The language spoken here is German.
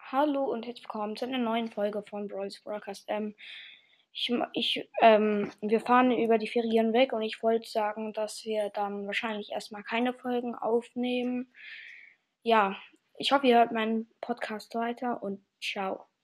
Hallo und herzlich willkommen zu einer neuen Folge von Brawl's Broadcast. Wir fahren über die Ferien weg und ich wollte sagen, dass wir dann wahrscheinlich erstmal keine Folgen aufnehmen. Ja, ich hoffe, ihr hört meinen Podcast weiter und ciao.